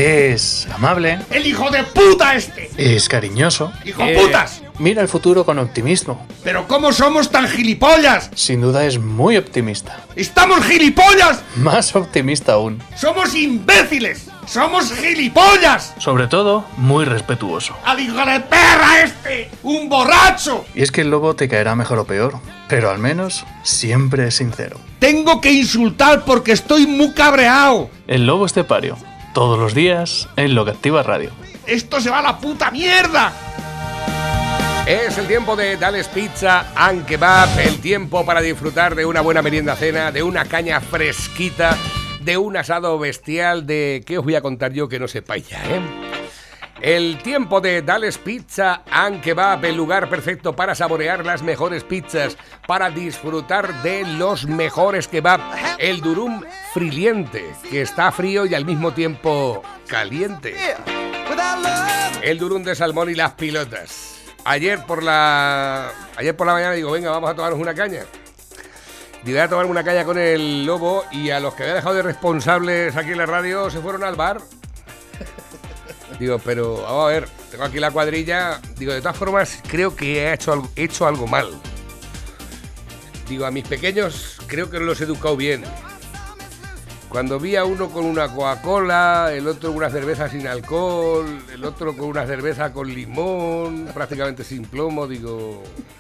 Es amable. ¡El hijo de puta este! Es cariñoso. ¡Hijo putas! Mira el futuro con optimismo. ¿Pero cómo somos tan gilipollas? Sin duda es muy optimista. ¡Estamos gilipollas! Más optimista aún. ¡Somos imbéciles! ¡Somos gilipollas! Sobre todo, muy respetuoso. ¡Al hijo de perra este! ¡Un borracho! Y es que el lobo te caerá mejor o peor, pero al menos siempre es sincero. Tengo que insultar porque estoy muy cabreado. El lobo estepario. Todos los días en Lo que Activa Radio. ¡Esto se va a la puta mierda! Es el tiempo de Dales Pizza and Kebab, el tiempo para disfrutar de una buena merienda cena, de una caña fresquita, de un asado bestial, de... ¿Qué os voy a contar yo que no sepáis ya, El tiempo de Dales Pizza and Kebab, el lugar perfecto para saborear las mejores pizzas, para disfrutar de los mejores kebab, el durum friliente, que está frío y al mismo tiempo caliente, el durum de salmón y las pilotas. Ayer por la mañana digo, venga, vamos a tomarnos una caña. Digo, voy a tomar una caña con el lobo y a los que había dejado de responsables aquí en la radio se fueron al bar. Digo, pero vamos a ver, tengo aquí la cuadrilla. Digo, de todas formas, creo que he hecho algo mal. Digo, a mis pequeños creo que no los he educado bien. Cuando vi a uno con una Coca-Cola, el otro con una cerveza sin alcohol, el otro con una cerveza con limón, prácticamente sin plomo, digo...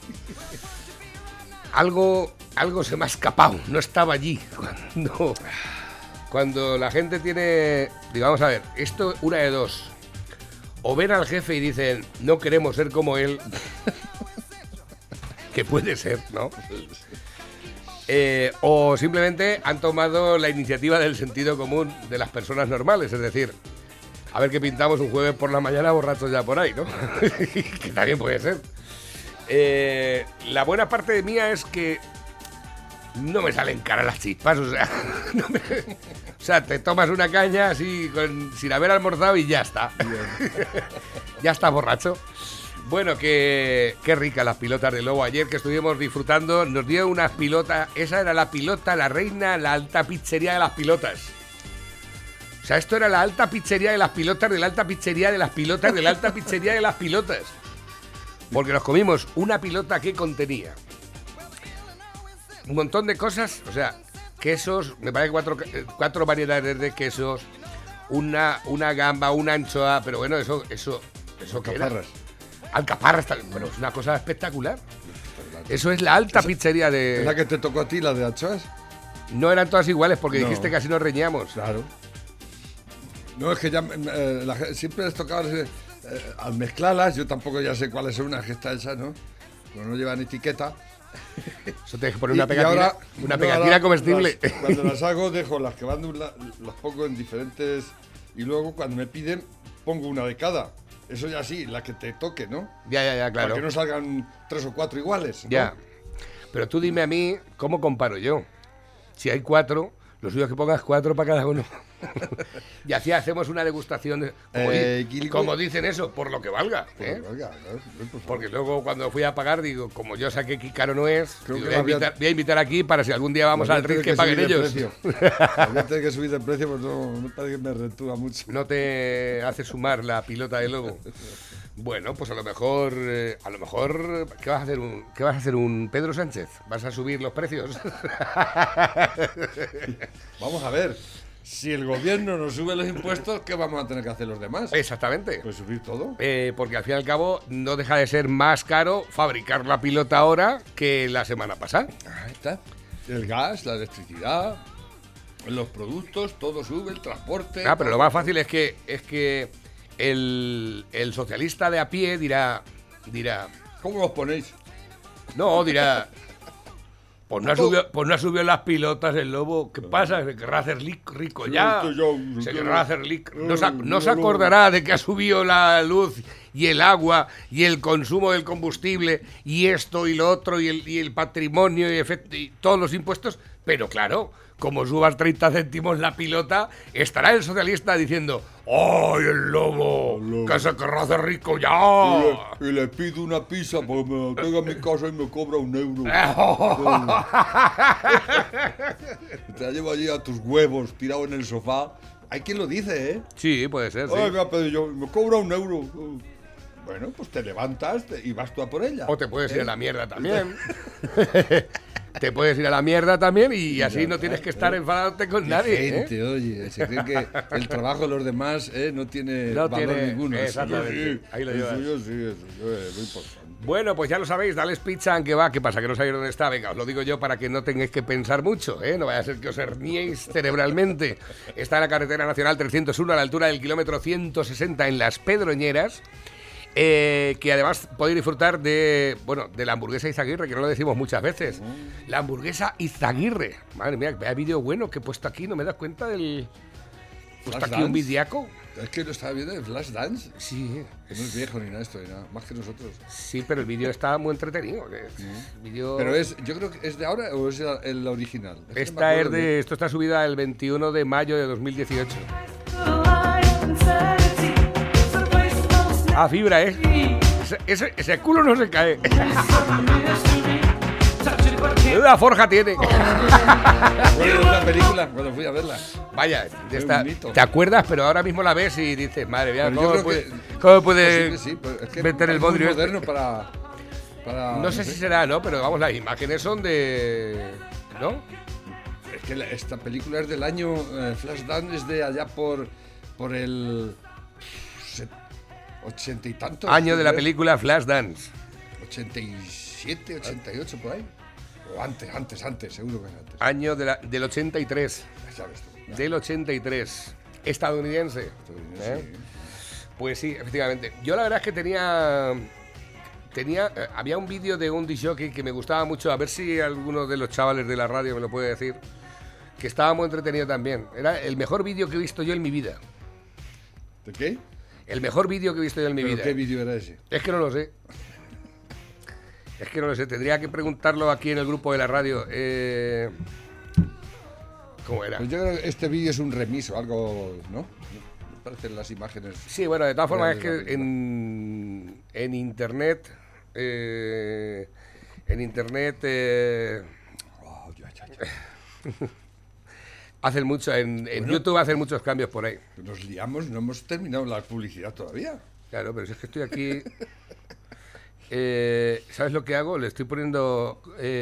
Algo se me ha escapado, no estaba allí cuando la gente tiene... Digo, vamos a ver, esto una de dos. O ven al jefe y dicen, no queremos ser como él, que puede ser, ¿no? O simplemente han tomado la iniciativa del sentido común de las personas normales, es decir, a ver qué pintamos un jueves por la mañana borrachos ya por ahí, ¿no? Que también puede ser. La buena parte de mía es que no me salen caras las chispas, o sea, te tomas una caña así sin haber almorzado y ya está. Ya está borracho. Bueno, qué ricas las pilotas de lobo. Ayer que estuvimos disfrutando, nos dio unas pilotas. Esa era la pilota, la reina, la alta pizzería de las pilotas. O sea, esto era la alta pizzería de las pilotas, de la alta pizzería de las pilotas, de la alta pizzería de las pilotas. Porque nos comimos una pilota que contenía un montón de cosas, o sea, quesos, me parece cuatro variedades de quesos, una gamba, una anchoa, pero bueno, eso ¿qué era? Alcaparras, bueno, es una cosa espectacular. Eso es la alta pizzería de... ¿Es la que te tocó a ti, la de anchoas? No eran todas iguales porque No. dijiste que así nos reñíamos. Claro. No, es que ya siempre les tocaba al mezclarlas, yo tampoco ya sé cuáles son unas que están hechas, ¿no? Pero no llevan etiqueta. Eso te dejo poner una pegatina comestible. Cuando las hago, dejo las que van las pongo en diferentes... Y luego cuando me piden, pongo una de cada. Eso ya sí, la que te toque, ¿no? Ya, claro. Para que no salgan 3 o 4 iguales, ¿no? Ya. Pero tú dime a mí, ¿cómo comparo yo? Si hay 4, lo suyo es que pongas 4 para cada uno. Y así hacemos una degustación, como dicen eso, por lo que valga. Por lo que valga, claro. Porque luego cuando fui a pagar, digo, como yo saqué que caro no es, Creo digo, que voy a invitar aquí para si algún día vamos al RIF que paguen ellos. Voy a tener que subir de precio, pues no parece que me rentúa mucho. No te hace sumar la pilota de lobo. Bueno, pues a lo mejor, ¿qué vas a hacer un Pedro Sánchez? ¿Vas a subir los precios? Vamos a ver. Si el gobierno nos sube los impuestos, ¿qué vamos a tener que hacer los demás? Exactamente. Pues subir todo. Porque al fin y al cabo no deja de ser más caro fabricar la pilota ahora que la semana pasada. Ahí está. El gas, la electricidad, los productos, todo sube, el transporte. Pero lo más fácil es que el socialista de a pie dirá... ¿Cómo os ponéis? No, dirá... Pues no ha subido las pilotas el lobo. ¿Qué pasa? ¿Se querrá hacer rico ya? ¿Se querrá hacer rico? No se acordará de que ha subido la luz y el agua y el consumo del combustible y esto y lo otro y el patrimonio y todos los impuestos. Pero claro, como subas 30 céntimos la pilota, estará el socialista diciendo ¡ay, el lobo! ¡Que se querrá hacer rico ya! Y le pido una pizza porque me traiga a mi casa y me cobra €1. Te la llevo allí a tus huevos, tirado en el sofá. hay quien lo dice, ¿eh? Sí, puede ser, sí. Oiga, pero yo me cobro €1. Bueno, pues te levantas y vas tú a por ella. O te puedes ir a la mierda también. Te puedes ir a la mierda también y así no tienes que estar enfadándote con nadie. Gente, oye, se cree que el trabajo de los demás no tiene valor ninguno. Exactamente. Sí, Ahí lo el llevas. suyo sí, el suyo es muy importante. Bueno, pues ya lo sabéis, Dales Pizza aunque va. ¿Qué pasa? Que no sabéis dónde está. Venga, os lo digo yo para que no tengáis que pensar mucho, ¿eh? No vaya a ser que os herniéis cerebralmente. Está en la carretera nacional 301 a la altura del kilómetro 160 en Las Pedroñeras. Que además podéis disfrutar de la hamburguesa Izaguirre, que no lo decimos muchas veces. La hamburguesa Izaguirre. Madre mía, vaya vídeo bueno que he puesto aquí, ¿no me das cuenta del...? He puesto aquí un vidiaco. Es que lo estaba viendo en Flashdance. Sí. Que no es viejo ni nada esto, ni nada, más que nosotros. Sí, pero el vídeo está muy entretenido. Vídeo... Pero yo creo que es de ahora o es el original. Esto está subida el 21 de mayo de 2018. Ah, fibra, ¿eh? Ese culo no se cae. La forja tiene. La película, cuando fui a verla. Vaya, bonito. te acuerdas, pero ahora mismo la ves y dices, madre mía, ¿cómo puede sí, es que meter el es muy bodrio? moderno para no sé si será, ¿no? Pero vamos, las imágenes son de... ¿no? Es que esta película es del año... Flashdance es de allá por el... 80 y tantos. Año de la película Flashdance. 87, 88, por ahí. O antes, seguro que es antes. Año del 83. Ya sabes tú. Del 83. Estadounidense. Sí. Pues sí, efectivamente. Yo la verdad es que había un vídeo de un disjockey que me gustaba mucho. A ver si alguno de los chavales de la radio me lo puede decir. Que estaba muy entretenido también. Era el mejor vídeo que he visto yo en mi vida. ¿De qué? El mejor vídeo que he visto yo en mi vida. ¿Qué vídeo era ese? Es que no lo sé. Tendría que preguntarlo aquí en el grupo de la radio. ¿Cómo era? Pues yo creo que este vídeo es un remiso, algo, ¿no? Me parecen las imágenes. Sí, bueno, de todas formas es que en internet... hacen mucho, en YouTube hacen muchos cambios por ahí. Nos liamos, no hemos terminado la publicidad todavía. Claro, pero si es que estoy aquí... ¿sabes lo que hago? Le estoy poniendo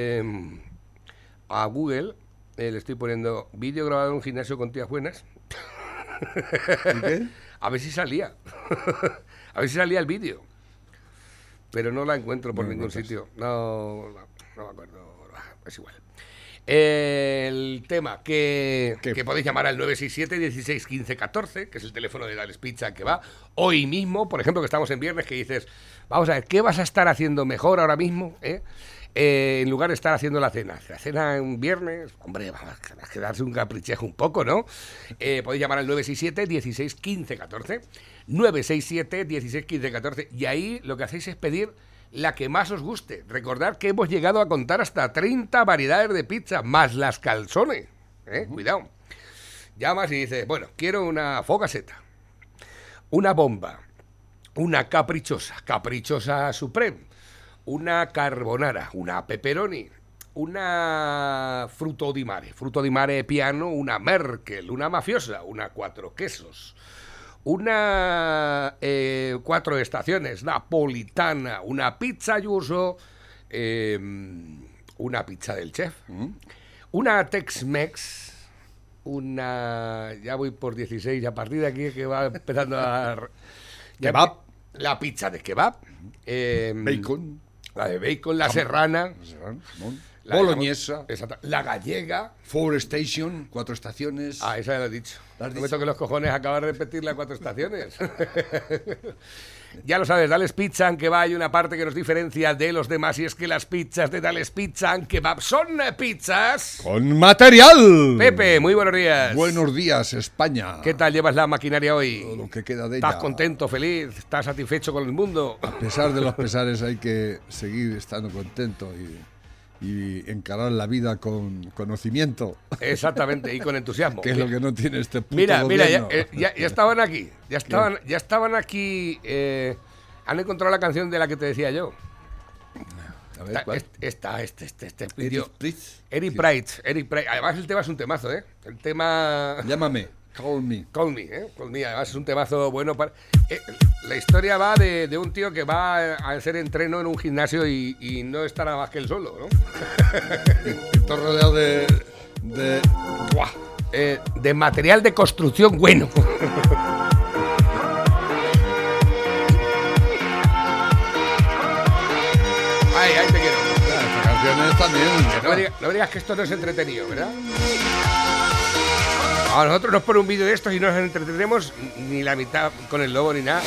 a Google, le estoy poniendo vídeo grabado en un gimnasio con tías buenas. ¿Y qué? A ver si salía. A ver si salía el vídeo. Pero no la encuentro por ningún sitio. No me acuerdo. Es igual. El tema que podéis llamar al 967 16 15 14, que es el teléfono de Dales Pizza, que va hoy mismo, por ejemplo, que estamos en viernes, que dices, vamos a ver, ¿qué vas a estar haciendo mejor ahora mismo? En lugar de estar haciendo la cena. La cena en viernes, hombre, vamos a quedarse un caprichejo un poco, ¿no? Podéis llamar al 967 16 15 14, 967 16 15 14, y ahí lo que hacéis es pedir la que más os guste. Recordad que hemos llegado a contar hasta 30 variedades de pizza, más las calzones. Cuidado. Llamas y dices, bueno, quiero una fogaseta, una bomba, una caprichosa supreme, una carbonara, una pepperoni, una fruto di mare piano, una Merkel, una mafiosa, una cuatro quesos, una 4 estaciones, napolitana, una pizza Yuso, una pizza del chef, una Tex-Mex, ya voy por 16, a partir de aquí que va empezando a... Kebab. La pizza de kebab. Bacon. La de bacon, la serrana. La boloñesa. Exacto. La gallega. 4 Station, 4 estaciones. Ah, esa ya lo he dicho. ¿La has No me dicho? toques los cojones acabar de repetir las 4 estaciones. Ya lo sabes, Dales Pizza and Kebab, hay una parte que nos diferencia de los demás, y es que las pizzas de Dales Pizza and Kebab son pizzas ¡con material! Pepe, muy buenos días. Buenos días, España. ¿Qué tal llevas la maquinaria hoy? Todo lo que queda de ella. ¿Estás contento, feliz? ¿Estás satisfecho con el mundo? A pesar de los pesares hay que seguir estando contento y encarar la vida con conocimiento. Exactamente, y con entusiasmo. Que es lo que no tiene este puto Mira, gobierno. ya estaban aquí. Ya estaban aquí. Han encontrado la canción de la que te decía yo. A ver, ¿cuál? Vídeo. Eric Pritz. Eric Prydz. Además, el tema es un temazo, ¿eh? El tema. Llámame. Call Me. Call Me, ¿eh? Call Me, además es un temazo bueno para... la historia va de un tío que va a hacer entreno en un gimnasio y no está nada más que él solo, ¿no? Y todo rodeado de... ¡Buah! De material de construcción bueno. Ahí te quiero. Estas canciones también. No me digas que esto no es entretenido, ¿verdad? A nosotros nos pone un vídeo de estos y no nos entretenemos ni la mitad con el lobo ni nada.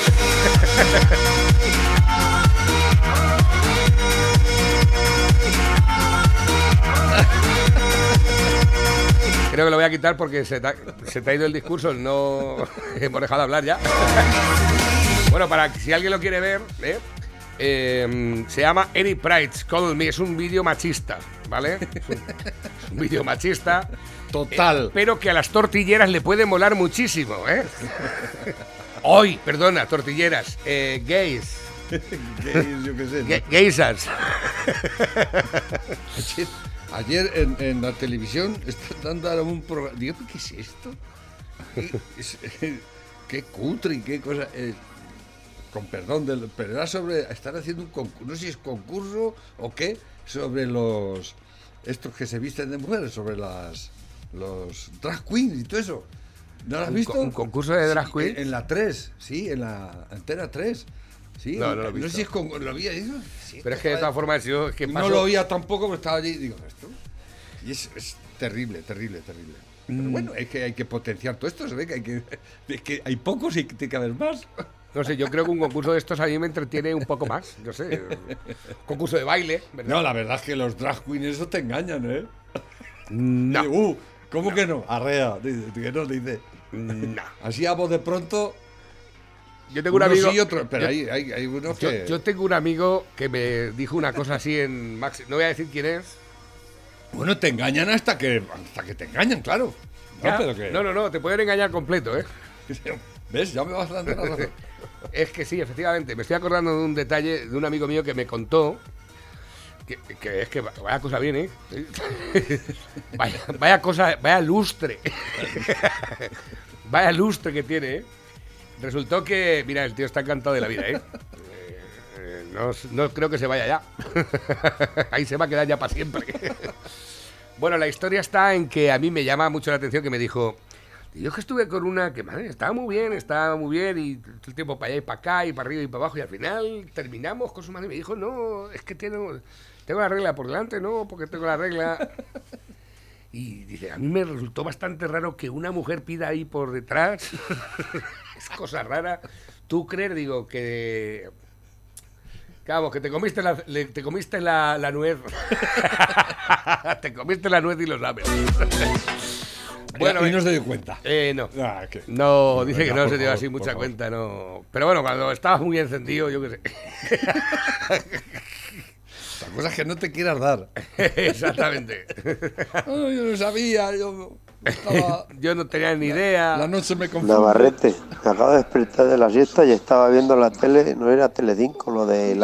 Creo que lo voy a quitar porque se te ha ido el discurso, no hemos dejado de hablar ya. Bueno, para si alguien lo quiere ver, se llama Any Prides Call Me, es un vídeo machista, ¿vale? Es un vídeo machista. Total. Pero que a las tortilleras le puede molar muchísimo, ¿eh? Hoy, perdona, tortilleras, gays. Yo qué sé. Geisas. Ayer en la televisión están dando un programa. Digo, ¿qué es esto? Qué cutre y qué cosa. Con perdón, pero era sobre. Están haciendo un concurso. No sé si es concurso o qué. Sobre estos que se visten de mujeres. Sobre los drag queens y todo eso. ¿No lo has visto? ¿Un concurso de drag queens? En la 3, sí, en la Antena 3. Sí, no lo he visto. No sé si es lo había dicho. Sí, pero es que de todas formas yo es que no lo oía tampoco, pero estaba allí y digo, esto. Y es terrible. Pero bueno, es que hay que potenciar todo esto, se ve que hay pocos y tiene que haber más. No sé, yo creo que un concurso de estos a mí me entretiene un poco más, no sé. Concurso de baile, ¿verdad? No, la verdad es que los drag queens eso te engañan, ¿eh? No. ¿Cómo que no? Arrea, dice. No. Así a voz de pronto. Yo tengo un amigo. Sí, otro, pero hay unos que. Yo tengo un amigo que me dijo una cosa así en Max. No voy a decir quién es. Bueno, te engañan hasta que te engañan, claro. No, te pueden engañar completo, ¿eh? ¿Ves? Ya me vas dando la razón. Es que sí, efectivamente. Me estoy acordando de un detalle de un amigo mío que me contó. Que es que vaya cosa bien, ¿eh? Vaya cosa, vaya lustre. Vaya lustre que tiene, ¿eh? Resultó que, mira, el tío está encantado de la vida, ¿eh? No creo que se vaya ya. Ahí se va a quedar ya para siempre. Bueno, la historia está en que a mí me llama mucho la atención que me dijo, yo es que estuve con una que, madre, estaba muy bien, y todo el tiempo para allá y para acá, y para arriba y para abajo, y al final terminamos con su madre y me dijo, no, es que tengo la regla por delante, no, porque tengo la regla. Y dice, a mí me resultó bastante raro que una mujer pida ahí por detrás. Es cosa rara. ¿Tú crees, digo, que... Vamos, que te comiste la nuez. Te comiste la nuez y lo sabes. Bueno, y no se dio cuenta. No. ¿Qué? No, dice que no se dio favor, así mucha favor. cuenta, no. Pero bueno, cuando estabas muy encendido, yo qué sé. Las cosas que no te quieras dar. Exactamente. Oh, yo no sabía, yo estaba... Yo no tenía ni idea. La noche me confundí. Navarrete, me acabo de despertar de la siesta y estaba viendo la tele, no era Telecinco, lo de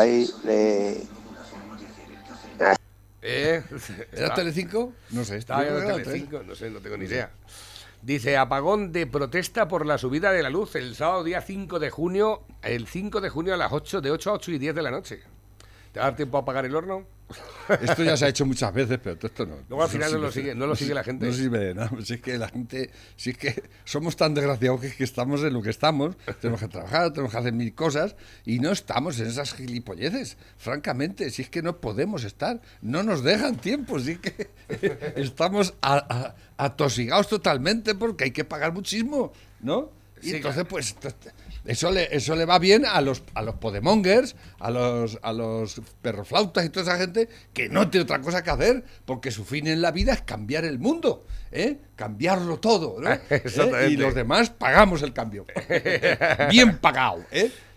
¿Era Telecinco? No sé. Estaba viendo Telecinco, no sé, no tengo ni idea. Dice, apagón de protesta por la subida de la luz el sábado día 5 de junio, el 5 de junio a las 8, de 8 a 8 y 10 de la noche. ¿Te va a dar tiempo a apagar el horno? Esto ya se ha hecho muchas veces, pero todo esto no. Luego al final no lo sigue la gente. No sirve de nada. Si es que la gente, si es que somos tan desgraciados que estamos en lo que estamos, tenemos que trabajar, tenemos que hacer mil cosas y no estamos en esas gilipolleces. Francamente, si es que no podemos estar, no nos dejan tiempo, si es que estamos atosigados totalmente porque hay que pagar muchísimo, ¿no? Y Sí, entonces, pues, eso le va bien a los podemongers, a los perroflautas y toda esa gente que no tiene otra cosa que hacer, porque su fin en la vida es cambiar el mundo, cambiarlo todo, ¿no? Exactamente. Y los demás pagamos el cambio. Bien pagado, ¿eh?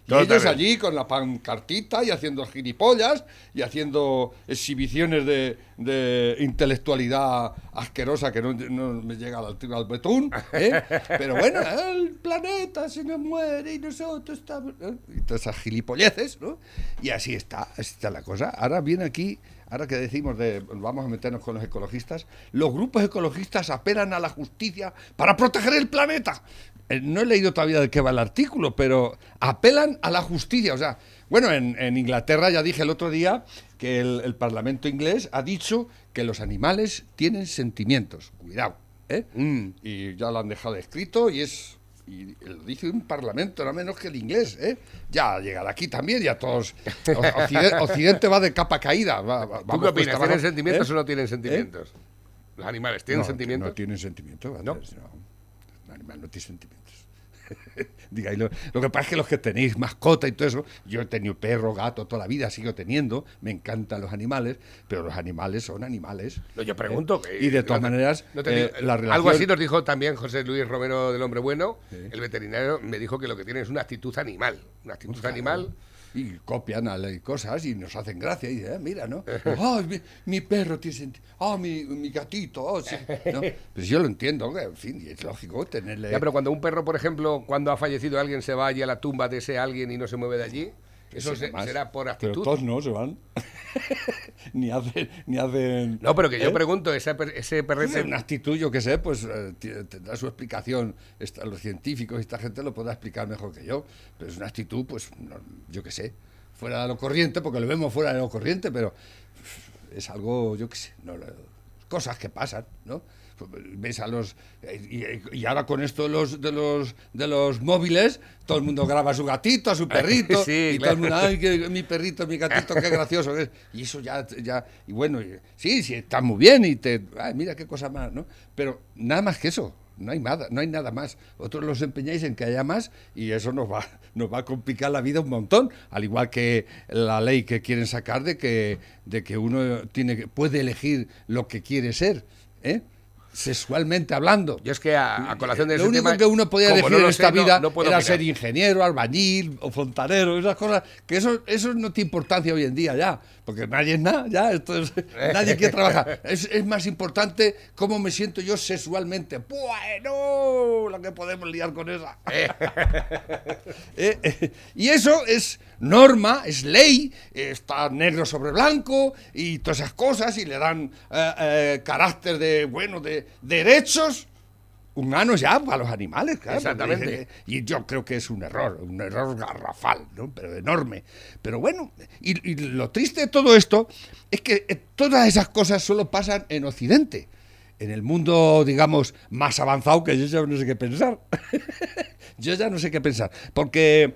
Y ellos Totalmente. allí con la pancartita y haciendo gilipollas y haciendo exhibiciones de intelectualidad asquerosa que no me llega a la altura del betún, ¿eh? Pero bueno, el planeta se nos muere y nosotros estamos... ¿eh? Y todas esas gilipolleces, ¿no? Y así está la cosa. Ahora viene aquí... Ahora que decimos vamos a meternos con los ecologistas, los grupos ecologistas apelan a la justicia para proteger el planeta. No he leído todavía de qué va el artículo, pero apelan a la justicia. O sea, bueno, en Inglaterra ya dije el otro día que el Parlamento inglés ha dicho que los animales tienen sentimientos. Cuidado, ¿eh? Y ya lo han dejado escrito y lo dice un parlamento, no menos que el inglés, ¿eh? Ya llegará aquí también, ya todos... Occidente va de capa caída. ¿Tú qué opinas? ¿Tienen sentimientos o ¿eh? no tienen sentimientos? ¿Los animales tienen sentimientos? No tienen sentimientos. ¿No? Un animal no tiene sentimientos. Diga, y lo que pasa es que los que tenéis mascota y todo eso, yo he tenido perro, gato, toda la vida, sigo teniendo, me encantan los animales, pero los animales son animales. No, yo pregunto. Y de todas maneras, no te la relación... Algo así nos dijo también José Luis Romero del Hombre Bueno, Sí. el veterinario, me dijo que lo que tiene es una actitud animal. Una actitud Claro. animal. Y copian cosas y nos hacen gracia y dicen, mira, ¿no? ¡Ah, mi perro tiene sentido! ¡Ah, mi gatito! Oh, sí. ¿No? Pues yo lo entiendo, que, en fin, y es lógico tenerle... Ya, pero cuando un perro, por ejemplo, cuando ha fallecido alguien, se va allí a la tumba de ese alguien y no se mueve de allí, eso Sí, más. será por Pero actitud. todos no se van. ni hacen... No, pero que yo ¿eh? pregunto, ese perrete... Una actitud, yo qué sé, pues tendrá su explicación. Los científicos y esta gente lo podrá explicar mejor que yo. Pero es una actitud, pues, yo qué sé, fuera de lo corriente, porque lo vemos fuera de lo corriente, pero es algo, yo qué sé, cosas que pasan, ¿no? Ves a los... Y ahora con esto de los móviles, todo el mundo graba a su gatito, a su perrito, Sí, y claro. todo el mundo, ay, que mi perrito, mi gatito, qué gracioso que es. Y eso ya y bueno, sí, está muy bien, ay, mira qué cosa más, ¿no? Pero nada más que eso. No hay nada más. Vosotros los empeñáis en que haya más y eso nos va a complicar la vida un montón. Al igual que la ley que quieren sacar de que uno puede elegir lo que quiere ser, ¿eh? Sexualmente hablando. Yo es que a colación de Lo ese único tema, que uno podía como elegir no lo en esta sé, vida no puedo era opinar. ser ingeniero, albañil o fontanero, esas cosas, que eso no tiene importancia hoy en día ya, porque nadie es nada, ya, nadie quiere trabajar. Es más importante cómo me siento yo sexualmente. Bueno, la que podemos liar con esa. Y eso es norma, es ley, está negro sobre blanco y todas esas cosas, y le dan carácter de derechos humanos ya a los animales, claro. Exactamente. Y yo creo que es un error garrafal, ¿no? Pero enorme. Pero bueno, y lo triste de todo esto es que todas esas cosas solo pasan en Occidente. En el mundo, digamos, más avanzado, que yo ya no sé qué pensar. Yo ya no sé qué pensar. Porque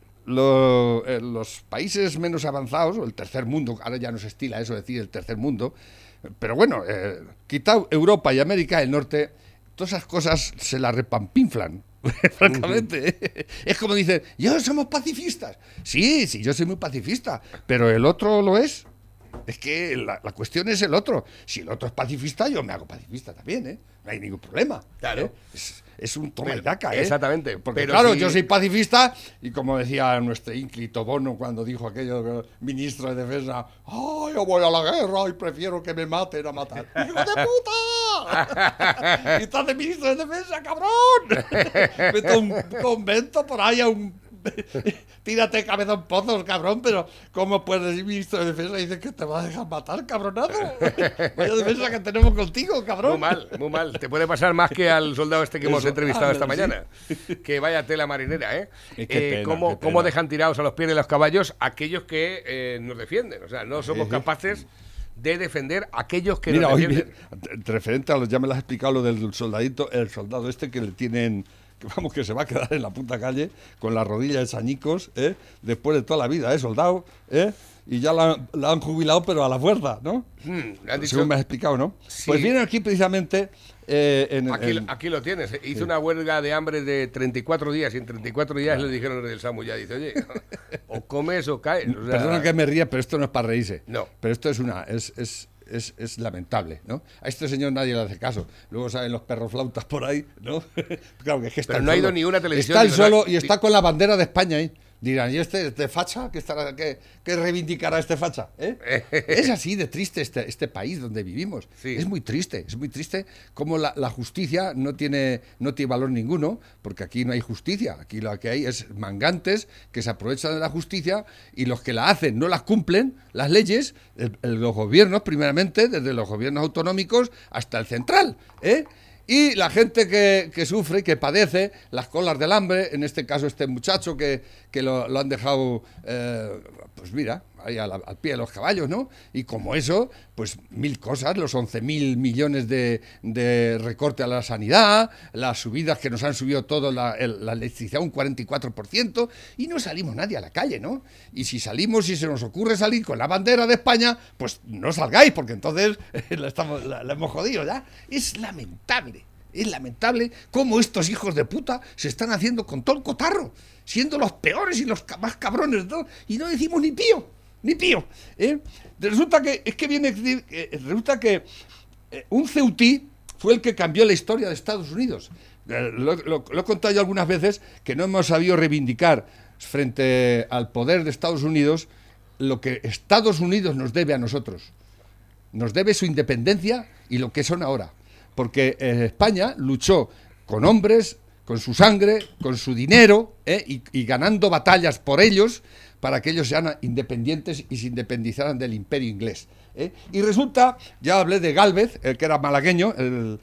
los países menos avanzados, o el tercer mundo, ahora ya no se estila eso decir el tercer mundo, pero bueno, quitado Europa y América del Norte, todas esas cosas se las repampinflan. Francamente, es como dicen, yo somos pacifistas. Sí, yo soy muy pacifista, pero el otro lo es. Es que la cuestión es el otro. Si el otro es pacifista, yo me hago pacifista también, ¿eh? No hay ningún problema. Claro. ¿eh? Es un toma y daca, ¿eh? Exactamente. Porque pero claro, si... yo soy pacifista y como decía nuestro ínclito Bono cuando dijo aquello, ministro de Defensa, ¡ay, yo voy a la guerra y prefiero que me maten a matar! ¡Hijo de puta! Y estás de ministro de Defensa, cabrón. Vete a un convento por ahí, tírate cabezón pozos, cabrón, pero ¿cómo puedes decir ministro de Defensa y dices que te va a dejar matar, cabronado? Vaya defensa que tenemos contigo, cabrón. Muy mal. Te puede pasar más que al soldado este que hemos Eso, entrevistado esta sí. mañana. Que vaya tela marinera, ¿eh? Qué pena, ¿Cómo qué pena. dejan tirados a los pies de los caballos aquellos que nos defienden? O sea, no somos capaces de defender a aquellos que Mira, nos hoy, defienden. referente a ya me lo has explicado lo del soldadito, el soldado este que le tienen, que vamos, que se va a quedar en la puta calle con las rodillas añicos, después de toda la vida, soldado, y ya la han jubilado, pero a la fuerza, ¿no? Le han dicho- Según me has explicado, ¿no? Sí. Pues viene aquí precisamente Aquí lo tienes. Hizo una huelga de hambre de 34 días y en 34 días le dijeron del SAMU ya, dice, oye, o comes o caes. O sea, Perdona que me ría, pero esto no es para reírse. No. Pero esto es lamentable, ¿no? A este señor nadie le hace caso. Luego salen los perros flautas por ahí, ¿no? Claro que es que está Pero él no ha ido solo. ni una televisión, Está él digo, solo no- y está con la bandera de España ahí. Dirán, ¿y este facha? ¿Qué reivindicará este facha? Es así de triste este país donde vivimos. Sí. Es muy triste como la justicia no tiene valor ninguno, porque aquí no hay justicia. Aquí lo que hay es mangantes que se aprovechan de la justicia y los que la hacen no las cumplen, las leyes, los gobiernos primeramente, desde los gobiernos autonómicos hasta el central, Y la gente que sufre, que padece las colas del hambre, en este caso este muchacho que lo han dejado, pues mira, ahí al pie de los caballos, ¿no? Y como eso, pues 1000 cosas, los 11.000 millones de recorte a la sanidad, las subidas que nos han subido todo, la electricidad un 44%, y no salimos nadie a la calle, ¿no? Y si salimos, si se nos ocurre salir con la bandera de España, pues no salgáis, porque entonces la hemos jodido ya. Es lamentable cómo estos hijos de puta se están haciendo con todo el cotarro, siendo los peores y los más cabrones, ¿no? Y no decimos ni pío. Resulta que un ceutí fue el que cambió la historia de Estados Unidos. Lo he contado yo algunas veces, que no hemos sabido reivindicar frente al poder de Estados Unidos lo que Estados Unidos nos debe a nosotros. Nos debe su independencia y lo que son ahora. Porque España luchó con hombres, con su sangre, con su dinero, y ganando batallas por ellos para que ellos sean independientes y se independizaran del imperio inglés. Y resulta, ya hablé de Gálvez, que era malagueño,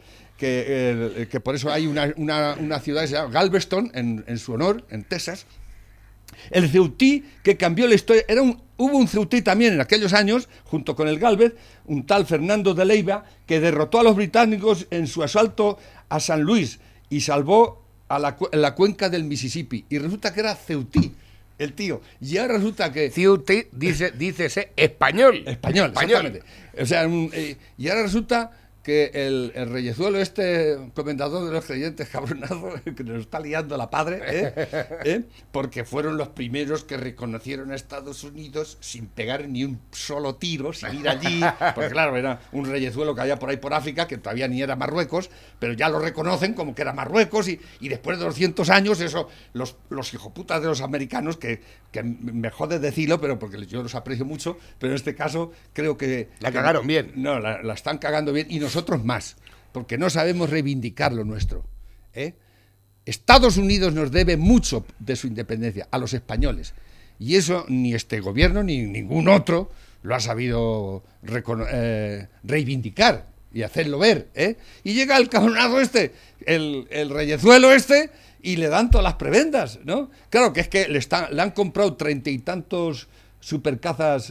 que por eso hay una ciudad que se llama Galveston en su honor, en Texas. El ceutí que cambió la historia, hubo un ceutí también en aquellos años, junto con el Gálvez, un tal Fernando de Leiva, que derrotó a los británicos en su asalto a San Luis y salvó a la cuenca del Mississippi. Y resulta que era ceutí, el tío. Y ahora resulta que... Ceutí dícese español. Español, exactamente. O sea, y ahora resulta que el reyezuelo comendador de los creyentes cabronazo, que nos está liando la padre, porque fueron los primeros que reconocieron a Estados Unidos sin pegar ni un solo tiro, sin ir allí, porque claro, era un reyezuelo que había por ahí por África, que todavía ni era Marruecos, pero ya lo reconocen como que era Marruecos, y después de 200 años, eso, los hijoputas de los americanos, que me jode decirlo, pero porque yo los aprecio mucho, pero en este caso creo que... La cagaron bien. No, la están cagando bien, y nosotros más, porque no sabemos reivindicar lo nuestro. Estados Unidos nos debe mucho de su independencia a los españoles, y eso ni este gobierno ni ningún otro lo ha sabido reivindicar y hacerlo ver. Y llega el cabronado el reyezuelo y le dan todas las prebendas, ¿no? Claro que es que le han comprado 30 y tantos supercazas,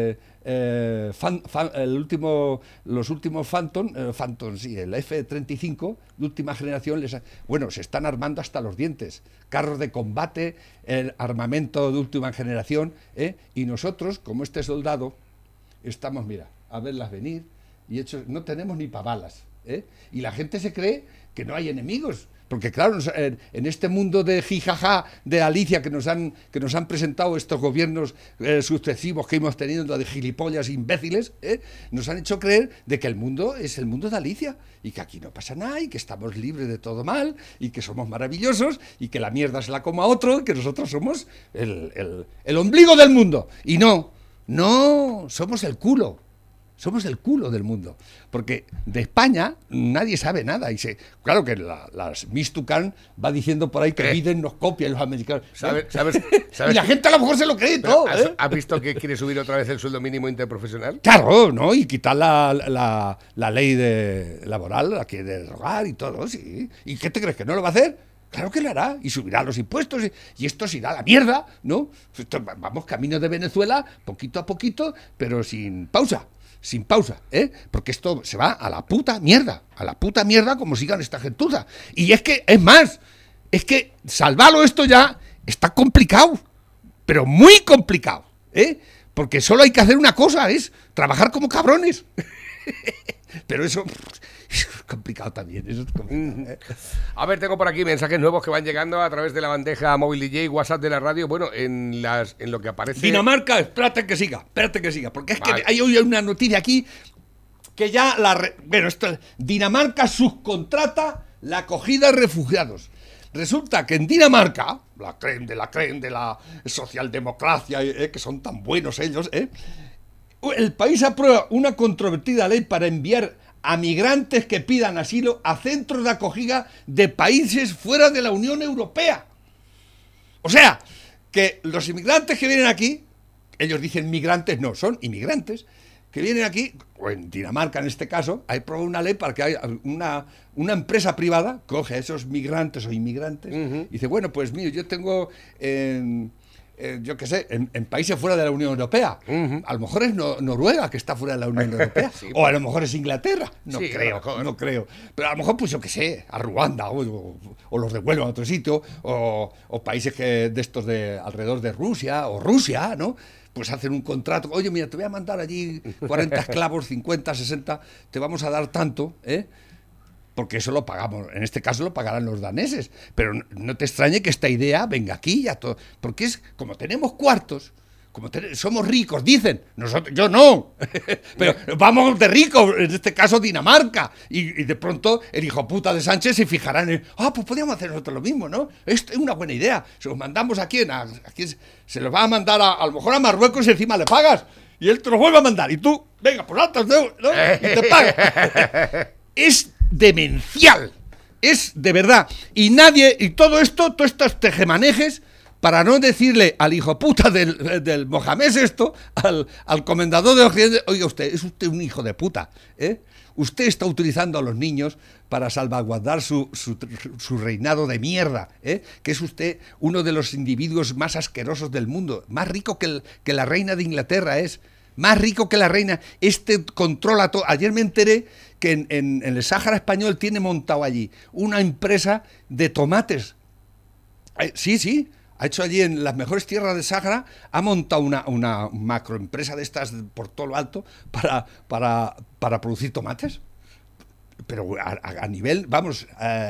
los últimos Phantom, sí, el F-35 de última generación, se están armando hasta los dientes, carros de combate, el armamento de última generación, y nosotros, como este soldado, estamos, mira, a verlas venir, y no tenemos ni pa' balas, y la gente se cree que no hay enemigos. Porque claro, en este mundo de jijaja, de Alicia que nos han presentado estos gobiernos sucesivos que hemos tenido, de gilipollas imbéciles, nos han hecho creer de que el mundo es el mundo de Alicia, y que aquí no pasa nada, y que estamos libres de todo mal, y que somos maravillosos, y que la mierda se la coma otro, y que nosotros somos el ombligo del mundo. Y no, somos el culo. Somos el culo del mundo, porque de España nadie sabe nada. Claro que las Miss Tucán va diciendo por ahí que Biden nos copia, y los americanos. ¿Sabes? Y la gente a lo mejor se lo cree todo. ¿Has visto que quiere subir otra vez el sueldo mínimo interprofesional? Claro, ¿no? Y quitar la ley laboral, la quiere derogar y todo, sí. ¿Y qué te crees, que no lo va a hacer? Claro que lo hará, y subirá los impuestos, y esto se irá a la mierda, ¿no? Vamos camino de Venezuela, poquito a poquito, pero sin pausa, porque esto se va a la puta mierda, como sigan esta gentuza. Y es que salvarlo esto ya está complicado, pero muy complicado, porque solo hay que hacer una cosa, es trabajar como cabrones. Pero eso es complicado también. A ver, tengo por aquí mensajes nuevos que van llegando a través de la bandeja móvil DJ, WhatsApp de la radio. Bueno, en lo que aparece... Dinamarca, espérate que siga, porque es vale. Que hay hoy una noticia aquí que ya Dinamarca subcontrata la acogida de refugiados. Resulta que en Dinamarca, la creen de la socialdemocracia, que son tan buenos ellos, el país aprueba una controvertida ley para enviar a migrantes que pidan asilo a centros de acogida de países fuera de la Unión Europea. O sea, que los inmigrantes que vienen aquí, ellos dicen migrantes, no, son inmigrantes, que vienen aquí, o en Dinamarca en este caso, hay una ley para que haya una empresa privada, coge a esos migrantes o inmigrantes, y dice, bueno, pues mire, yo tengo, yo qué sé, en países fuera de la Unión Europea, a lo mejor es Noruega que está fuera de la Unión Europea, sí, o a lo mejor es Inglaterra, no creo, pero a lo mejor, pues yo qué sé, a Ruanda, o los devuelven a otro sitio, o países de estos de alrededor de Rusia, ¿no? Pues hacen un contrato, oye, mira, te voy a mandar allí 40 esclavos, 50, 60, te vamos a dar tanto, porque eso lo pagamos, en este caso lo pagarán los daneses, pero no te extrañe que esta idea venga aquí, ya todo, porque es como tenemos cuartos, somos ricos, dicen, nosotros, yo no, pero vamos de ricos, en este caso Dinamarca, y de pronto el hijo puta de Sánchez se fijará en, pues podríamos hacer nosotros lo mismo, ¿no? Esto es una buena idea, se los mandamos aquí se los va a mandar a lo mejor a Marruecos y encima le pagas, y él te los vuelve a mandar, y tú, venga, pues altas, ¿no? Y te paga. Es demencial, es de verdad, y todo esto, todos estos tejemanejes, para no decirle al hijo puta del Mohamed al comendador de Occidente, oiga usted, es usted un hijo de puta, usted está utilizando a los niños para salvaguardar su reinado de mierda, que es usted uno de los individuos más asquerosos del mundo, más rico que la reina de Inglaterra más rico que la reina, controla todo. Ayer me enteré que en el Sáhara español tiene montado allí una empresa de tomates, sí, ha hecho allí en las mejores tierras del Sáhara, ha montado una macroempresa de estas por todo lo alto para producir tomates. Pero a nivel, vamos,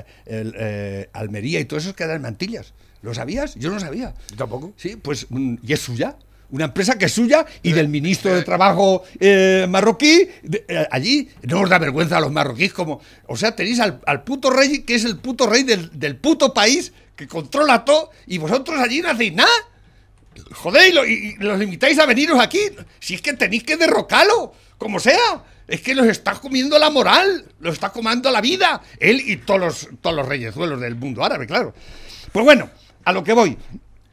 Almería y todo eso queda en mantillas. ¿Lo sabías? Yo no sabía. ¿Yo tampoco? Sí, pues, y es suya. Una empresa que es suya y del ministro de Trabajo marroquí, allí no os da vergüenza a los marroquíes como... O sea, tenéis al puto rey, que es el puto rey del puto país, que controla todo, y vosotros allí no hacéis nada. Joder, y los invitáis a veniros aquí. Si es que tenéis que derrocarlo, como sea. Es que los está comiendo la moral, los está comiendo la vida. Él y todos los reyezuelos del mundo árabe, claro. Pues bueno, a lo que voy.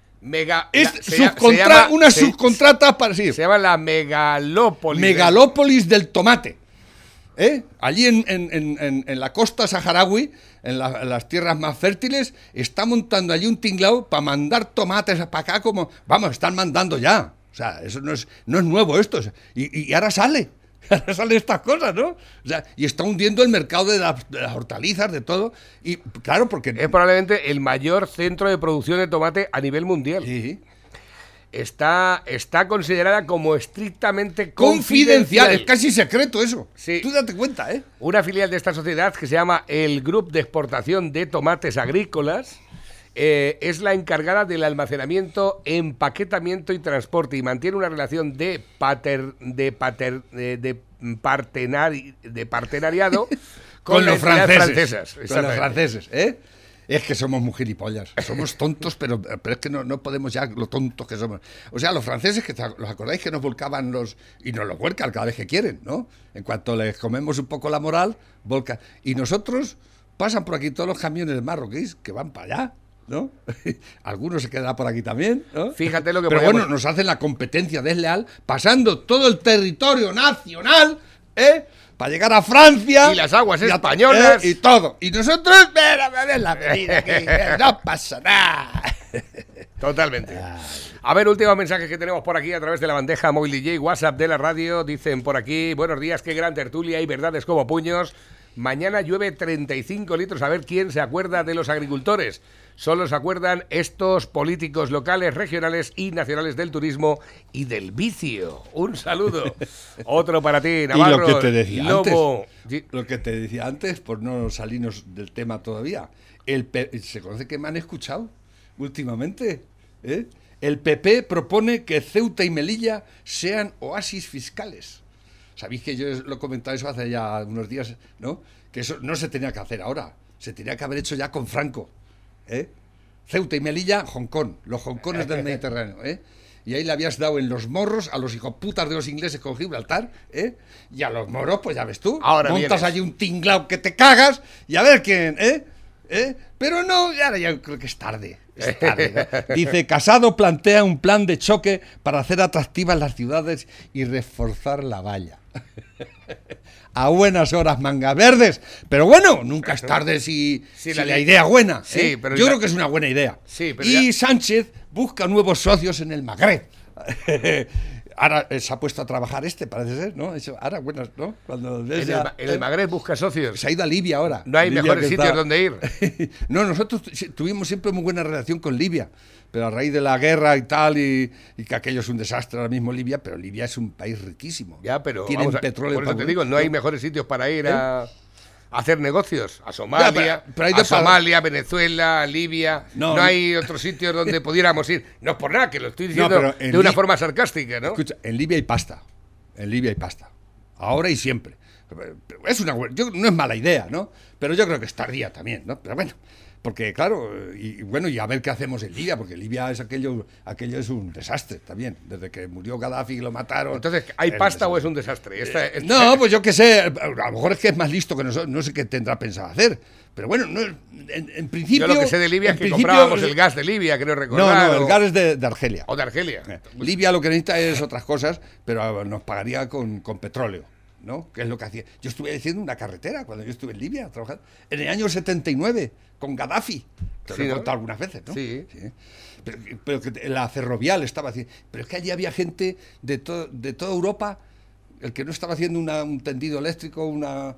Subcontrata para... Sí. Se llama la megalópolis. Megalópolis del tomate. Allí en la costa saharaui, en las tierras más fértiles, está montando allí un tinglao para mandar tomates para acá como... Vamos, están mandando ya. O sea, eso no es nuevo esto. Y ahora sale. Ahora salen estas cosas, ¿no? O sea, y está hundiendo el mercado de las hortalizas, de todo. Y claro, porque... Es probablemente el mayor centro de producción de tomate a nivel mundial. Sí. Está considerada como estrictamente confidencial. Es casi secreto eso. Sí. Tú date cuenta, Una filial de esta sociedad que se llama el Grupo de Exportación de Tomates Agrícolas es la encargada del almacenamiento, empaquetamiento y transporte y mantiene una relación de partenariado con los francesas. Con los franceses, Es que somos muy gilipollas, somos tontos, pero es que no podemos ya lo tontos que somos. O sea, los franceses, que ¿los acordáis que nos volcaban y nos los vuelcan cada vez que quieren, ¿no? En cuanto les comemos un poco la moral, volcan. Y nosotros, pasan por aquí todos los camiones marroquíes que van para allá, ¿no? Algunos se quedarán por aquí también, ¿no? Fíjate lo que Pero bueno, nos hacen la competencia desleal, pasando todo el territorio nacional, para llegar a Francia. Y las aguas españolas. Y todo. Y nosotros, la medida que no pasa nada. Totalmente. A ver, últimos mensajes que tenemos por aquí a través de la bandeja móvil DJ WhatsApp de la radio. Dicen por aquí, buenos días, qué gran tertulia y verdades como puños. Mañana llueve 35 litros. A ver quién se acuerda de los agricultores. Solo se acuerdan estos políticos locales, regionales y nacionales del turismo y del vicio. Un saludo. Otro para ti, Navarro. Y lo que te decía Lobo. antes, lo que te decía antes, por no salirnos del tema todavía, se conoce que me han escuchado últimamente, El PP propone que Ceuta y Melilla sean oasis fiscales. Sabéis que yo lo he comentado eso hace ya unos días, ¿no? Que eso no se tenía que hacer ahora, se tenía que haber hecho ya con Franco. Ceuta y Melilla, Hong Kong, los Hong Kongs del Mediterráneo, y ahí le habías dado en los morros a los hijoputas de los ingleses con Gibraltar, y a los moros, pues ya ves tú, ahora montas vienes. allí un tinglao que te cagas, y a ver quién, pero no, ya creo que es tarde. ¿no? Dice, Casado plantea un plan de choque para hacer atractivas las ciudades y reforzar la valla. A buenas horas, mangas verdes. Pero bueno, nunca es tarde si la idea es buena. Sí, pero yo creo que es una buena idea. Sí, pero y Sánchez busca nuevos socios en el Magreb. Ahora se ha puesto a trabajar parece ser, ¿no? Ahora, bueno, ¿no? Cuando en el Magreb busca socios. Se ha ido a Libia ahora. No hay Libia mejores sitios donde ir. No, nosotros tuvimos siempre muy buena relación con Libia, pero a raíz de la guerra y tal, y que aquello es un desastre ahora mismo Libia, pero Libia es un país riquísimo. Ya, pero tienen petróleo. Por eso te digo, no hay mejores sitios para ir a hacer negocios. A Somalia, ya, Somalia, Venezuela, Libia. No hay otros sitios donde pudiéramos ir. No es por nada, que lo estoy diciendo de una forma sarcástica, ¿no? Escucha, en Libia hay pasta. Ahora y siempre. No es mala idea, ¿no? Pero yo creo que es tardía también, ¿no? Pero bueno, porque claro, y a ver qué hacemos en Libia, porque Libia es aquello es un desastre también, desde que murió Gaddafi y lo mataron. Entonces, ¿hay pasta o es un desastre? No, pues yo qué sé, a lo mejor es que es más listo que nosotros, no sé qué tendrá pensado hacer, pero bueno, en principio... Yo lo que sé de Libia es que comprábamos el gas de Libia, creo recordar. No, el gas es de Argelia. O de Argelia. Libia lo que necesita es otras cosas, pero nos pagaría con petróleo, ¿no? Que es lo que hacía. Yo estuve haciendo una carretera cuando yo estuve en Libia trabajando en el año 79 con Gaddafi. Te lo he contado algunas veces, ¿no? Sí. Pero que la ferrovial estaba haciendo. Pero es que allí había gente de toda Europa. El que no estaba haciendo un tendido eléctrico,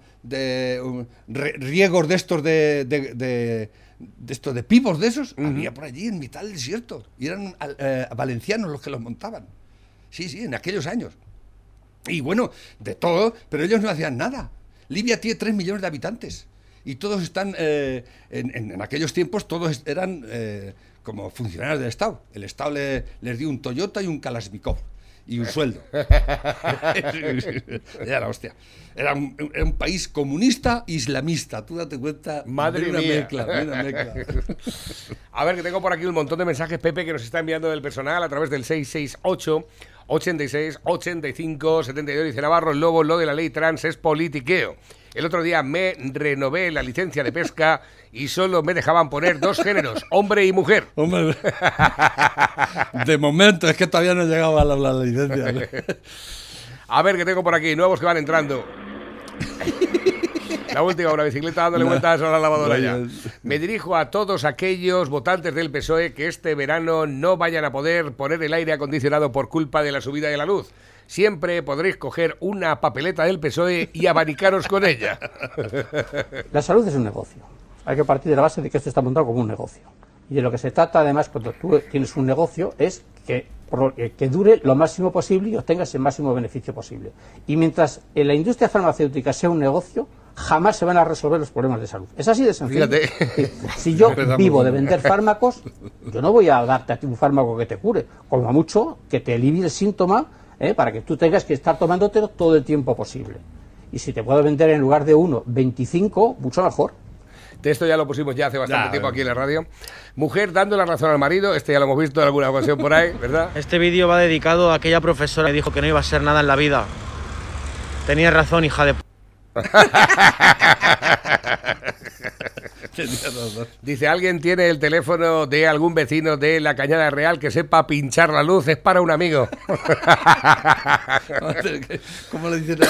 riegos de estos de pivos de esos, había por allí en mitad del desierto. Y eran valencianos los que los montaban. Sí, en aquellos años. Y bueno, de todo, pero ellos no hacían nada. Libia tiene 3 millones de habitantes y todos están, en aquellos tiempos, todos eran como funcionarios del Estado. El Estado les dio un Toyota y un Kalashnikov y un sueldo. Era la hostia. Era un país comunista islamista. Tú date cuenta. Madre mía. Mezcla. A ver, que tengo por aquí un montón de mensajes, Pepe, que nos está enviando del personal a través del 668 86 85 72. Dice Navarro, el lobo, lo de la ley trans es politiqueo. El otro día me renové la licencia de pesca y solo me dejaban poner 2 géneros, hombre y mujer. Hombre, de momento, es que todavía no llegaba la licencia, ¿no? A ver, que tengo por aquí, nuevos que van entrando. La última, una bicicleta dándole vueltas a la lavadora ya. Me dirijo a todos aquellos votantes del PSOE que este verano no vayan a poder poner el aire acondicionado por culpa de la subida de la luz. Siempre podréis coger una papeleta del PSOE y abanicaros con ella. La salud es un negocio. Hay que partir de la base de que esto está montado como un negocio. Y de lo que se trata, además, cuando tú tienes un negocio, es que dure lo máximo posible y obtengas el máximo beneficio posible. Y mientras en la industria farmacéutica sea un negocio, jamás se van a resolver los problemas de salud. Es así de sencillo. Si yo vivo de vender fármacos, yo no voy a darte a ti un fármaco que te cure, como mucho que te alivie el síntoma, para que tú tengas que estar tomándotelo todo el tiempo posible. Y si te puedo vender en lugar de 1, 25, mucho mejor. De esto ya lo pusimos ya hace bastante tiempo aquí en la radio. Mujer dando la razón al marido, ya lo hemos visto en alguna ocasión por ahí, ¿verdad? Este vídeo va dedicado a aquella profesora que dijo que no iba a ser nada en la vida. Tenía razón, hija de... Dice, ¿alguien tiene el teléfono de algún vecino de la Cañada Real que sepa pinchar la luz? Es para un amigo. ¿Cómo le dicen a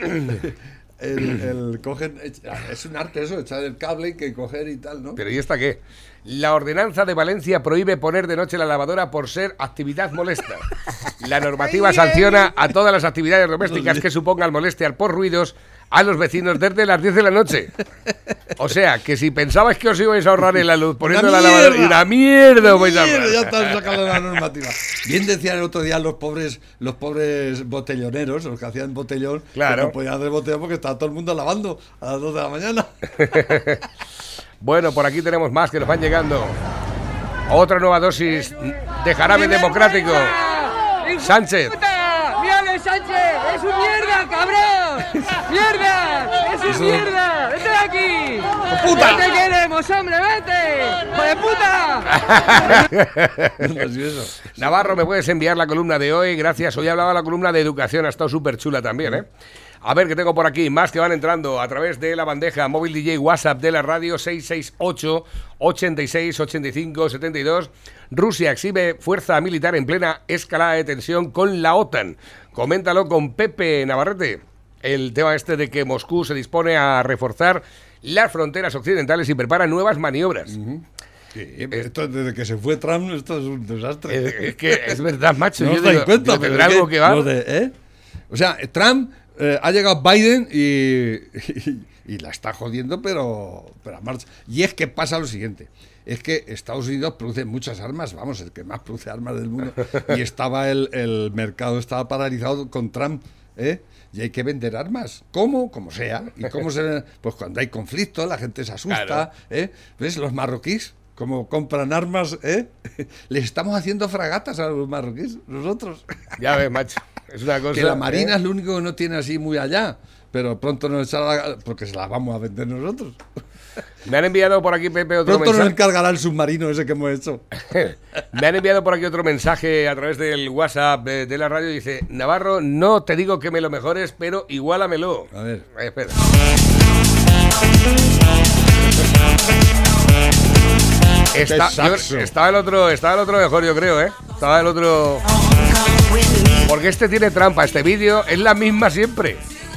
eso? Cogen, es un arte eso, echar el cable y que coger y tal, ¿no? ¿Pero y esta qué? La ordenanza de Valencia prohíbe poner de noche la lavadora por ser actividad molesta. La normativa sanciona a todas las actividades domésticas que supongan molestia por ruidos a los vecinos desde las 10 de la noche. O sea, que si pensabais que os ibais a ahorrar en la luz poniendo la lavadora, y una mierda os vais a ahorrar. Ya están sacando la normativa. Bien decían el otro día los pobres botelloneros, los que hacían botellón, claro, que no podían hacer botellón porque estaba todo el mundo lavando a las 2 de la mañana. Bueno, por aquí tenemos más que nos van llegando. Otra nueva dosis de jarabe democrático. Sánchez. ¡Mírale, Sánchez! ¡Es un mierda, cabrón! ¡Mierda! ¡Es un mierda! ¡Vete de aquí! puta! ¡Vete queremos, hombre, vete! ¡Hijo de puta! Pues eso. Navarro, ¿me puedes enviar la columna de hoy? Gracias. Hoy hablaba la columna de educación, ha estado súper chula también, ¿eh? A ver, ¿qué tengo por aquí? Más que van entrando a través de la bandeja móvil DJ WhatsApp de la radio 668 86 85 72. Rusia exhibe fuerza militar en plena escalada de tensión con la OTAN. Coméntalo con Pepe Navarrete. El tema este de que Moscú se dispone a reforzar las fronteras occidentales y prepara nuevas maniobras. Sí, esto desde que se fue Trump, esto es un desastre. Es que es verdad, macho. No Yo os dais digo, cuenta, ¿tendrá pero es algo que va? O sea, Trump ha llegado Biden y la está jodiendo, pero a marcha. Y es que pasa lo siguiente. Es que Estados Unidos produce muchas armas, vamos, el que más produce armas del mundo. Y estaba el mercado estaba paralizado con Trump, ¿eh? Y hay que vender armas. ¿Cómo? Como sea. ¿Y cómo se...? Pues cuando hay conflicto, la gente se asusta, Claro. ¿eh? ¿Ves? Los marroquíes, como compran armas, ¿eh? Les estamos haciendo fragatas a los marroquíes, nosotros. Ya ves, macho. Es una cosa... Que la Marina es lo único que no tiene así muy allá. Pero pronto nos echará porque se las vamos a vender nosotros. Me han enviado por aquí, Pepe, otro Pronto nos mensaje. encargará el submarino ese que hemos hecho. Me han enviado por aquí otro mensaje a través del WhatsApp de la radio. Dice: Navarro, no te digo que me lo mejores, pero igualamelo. A ver. Espera. Estaba el otro mejor, yo creo, ¿eh? Estaba el otro... Porque este tiene trampa, este vídeo es la misma siempre.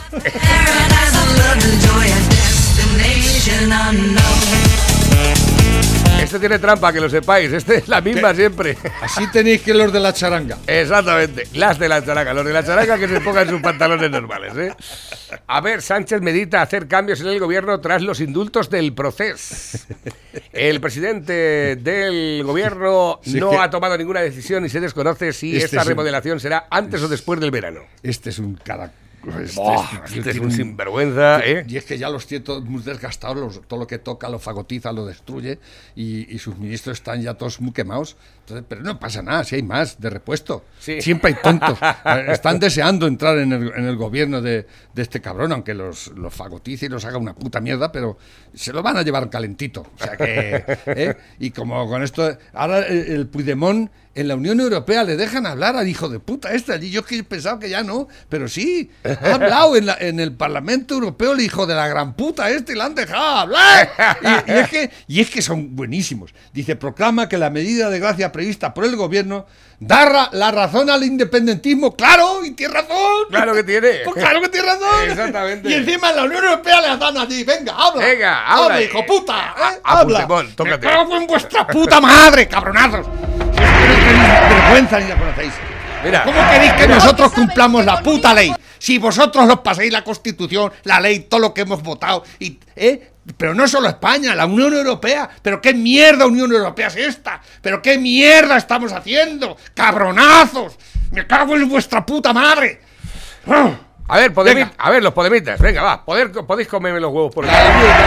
Este tiene trampa, que lo sepáis. Este es la misma siempre. Así tenéis que los de la charanga. Exactamente, las de la charanga. Los de la charanga que se pongan sus pantalones normales, ¿eh? A ver, Sánchez medita hacer cambios en el gobierno tras los indultos del proceso. El presidente del gobierno no ha tomado ninguna decisión y se desconoce si esta remodelación será antes o después del verano. Este es un cara. Este es un sinvergüenza, ¿eh? Y es que ya los tiene todos muy desgastados, todo lo que toca lo fagotiza, lo destruye, y sus ministros están ya todos muy quemados. Entonces, pero no pasa nada, si hay más de repuesto. Sí. Siempre hay tontos. Están deseando entrar en el gobierno de este cabrón, aunque los fagotice y los haga una puta mierda, pero se lo van a llevar calentito. O sea que, ¿eh? Y como con esto, ahora el Puigdemont en la Unión Europea le dejan hablar al hijo de puta este. Y yo que he pensado que ya no, pero sí, ha hablado en el Parlamento Europeo el hijo de la gran puta este, y le han dejado hablar. Y es que son buenísimos. Dice, proclama que la medida de gracia prevista por el gobierno da la razón al independentismo. ¡Claro! ¡Y tiene razón! ¡Claro que tiene! Pues claro que tiene razón. Exactamente. Y encima en la Unión Europea le dan allí. Venga, habla. Venga, habla. hijo puta. A Habla. Puigdemont, tócate. Me cago en vuestra puta madre, cabronazos. Si es que no tenéis vergüenza ni la conocéis. Mira. ¿Cómo queréis que nosotros cumplamos la puta ley? Si vosotros os pasáis la Constitución, la ley, todo lo que hemos votado, pero no solo España, la Unión Europea. ¿Pero qué mierda Unión Europea es esta? ¿Pero qué mierda estamos haciendo? ¡Cabronazos! ¡Me cago en vuestra puta madre! A ver, los podemitas. Venga, va. Podéis comerme los huevos por el...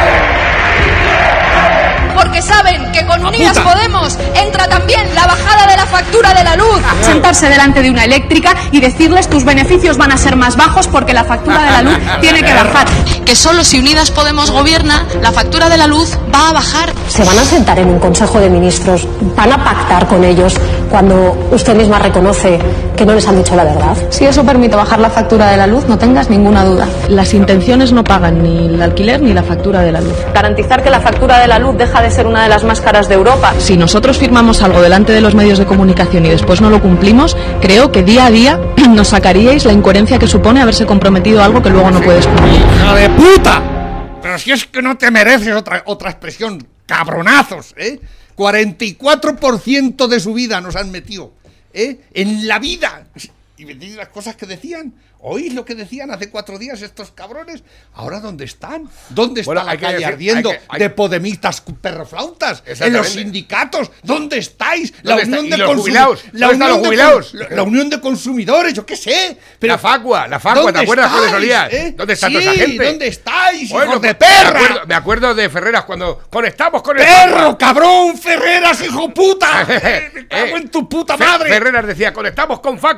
Porque saben que con Unidas Podemos entra también la bajada de la factura de la luz. Sentarse delante de una eléctrica y decirles tus beneficios van a ser más bajos porque la factura de la luz tiene que bajar. Que solo si Unidas Podemos gobierna, la factura de la luz va a bajar. Se van a sentar en un Consejo de Ministros, van a pactar con ellos cuando usted misma reconoce que no les han dicho la verdad. Si eso permite bajar la factura de la luz, no tengas ninguna duda. Las intenciones no pagan ni el alquiler ni la factura de la luz. Garantizar que la factura de la luz deja de ser una de las más caras de Europa. Si nosotros firmamos algo delante de los medios de comunicación y después no lo cumplimos, creo que día a día nos sacaríais la incoherencia que supone haberse comprometido a algo que luego no puedes cumplir. ¡Hija de puta! Pero si es que no te mereces otra expresión, cabronazos, ¿eh? 44% de su vida nos han metido, ¿eh? En la vida. Y veis las cosas que decían. ¿Oís lo que decían hace 4 días estos cabrones? ¿Ahora dónde están? ¿Dónde está la calle ardiendo de podemistas perroflautas? En los sindicatos. ¿Dónde estáis? La unión de jubilados. La unión de consumidores, yo qué sé. Pero la facua, ¿te acuerdas cuando solías? ¿Dónde está toda esa gente? ¿Dónde estáis, bueno, hijos de perra? Me acuerdo de Ferreras cuando conectamos con el ¡perro, cabrón! ¡Ferreras, hijo puta! ¡Me cago en tu puta madre! Ferreras decía, conectamos con Facua.